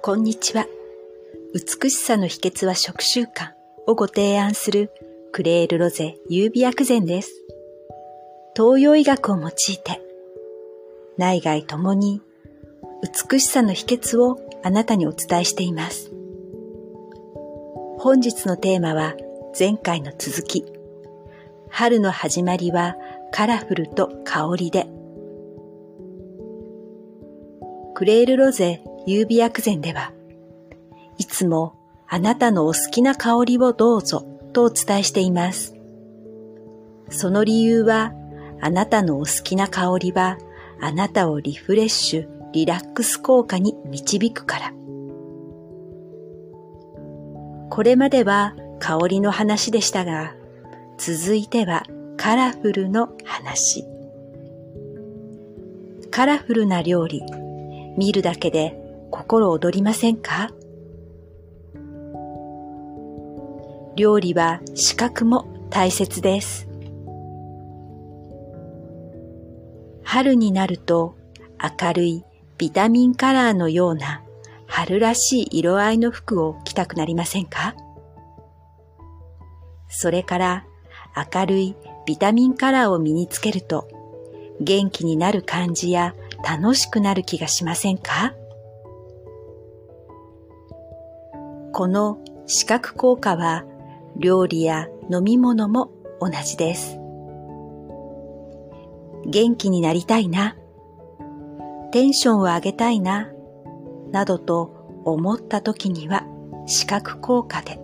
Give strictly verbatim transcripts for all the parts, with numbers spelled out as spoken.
こんにちは。美しさの秘訣は食習慣をご提案するクレールロゼ優美薬膳です。東洋医学を用いて内外ともに美しさの秘訣をあなたにお伝えしています。本日のテーマは前回の続き。春の始まりはカラフルと香りで。クレールロゼ優美薬膳ではいつもあなたのお好きな香りをどうぞとお伝えしています。その理由はあなたのお好きな香りはあなたをリフレッシュ、リラックス効果に導くから。これまでは香りの話でしたが、続いてはカラフルの話。カラフルな料理、見るだけで心躍りませんか？料理は視覚も大切です。春になると明るいビタミンカラーのような春らしい色合いの服を着たくなりませんか？それから明るいビタミンカラーを身につけると元気になる感じや楽しくなる気がしませんか？この視覚効果は料理や飲み物も同じです。元気になりたいな、テンションを上げたいな、などと思った時には視覚効果で。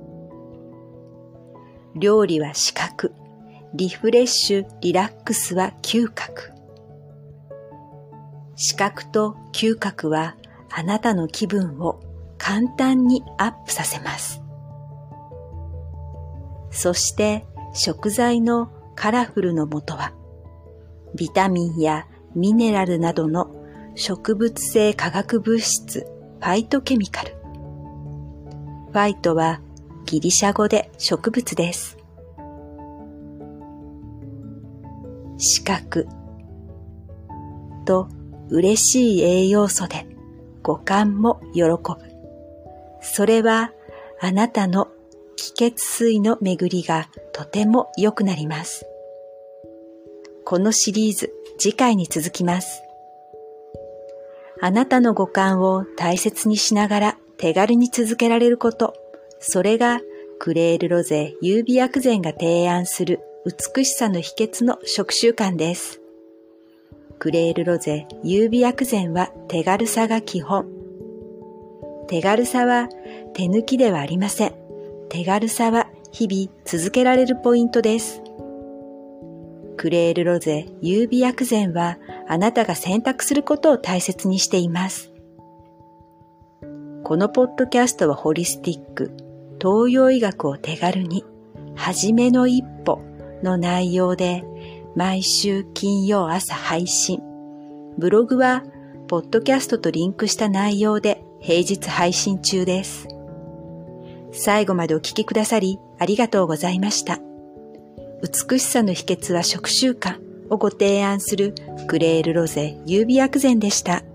料理は視覚、リフレッシュ、リラックスは嗅覚。視覚と嗅覚はあなたの気分を簡単にアップさせます。そして食材のカラフルのもとはビタミンやミネラルなどの植物性化学物質ファイトケミカル。ファイトはギリシャ語で植物です。視覚と嬉しい栄養素で五感も喜ぶ。それはあなたの気血水の巡りがとても良くなります。このシリーズ次回に続きます。あなたの五感を大切にしながら手軽に続けられること、それがクレールロゼ優美薬膳が提案する美しさの秘訣の食習慣です。クレールロゼ優美薬膳は手軽さが基本。手軽さは手抜きではありません。手軽さは日々続けられるポイントです。クレールロゼ優美薬膳はあなたが選択することを大切にしています。このポッドキャストはホリスティック、東洋医学を手軽に、はじめの一歩の内容で毎週金曜朝配信。ブログはポッドキャストとリンクした内容で平日配信中です。最後までお聞きくださりありがとうございました。美しさの秘訣は食習慣をご提案するクレールロゼ優美薬膳でした。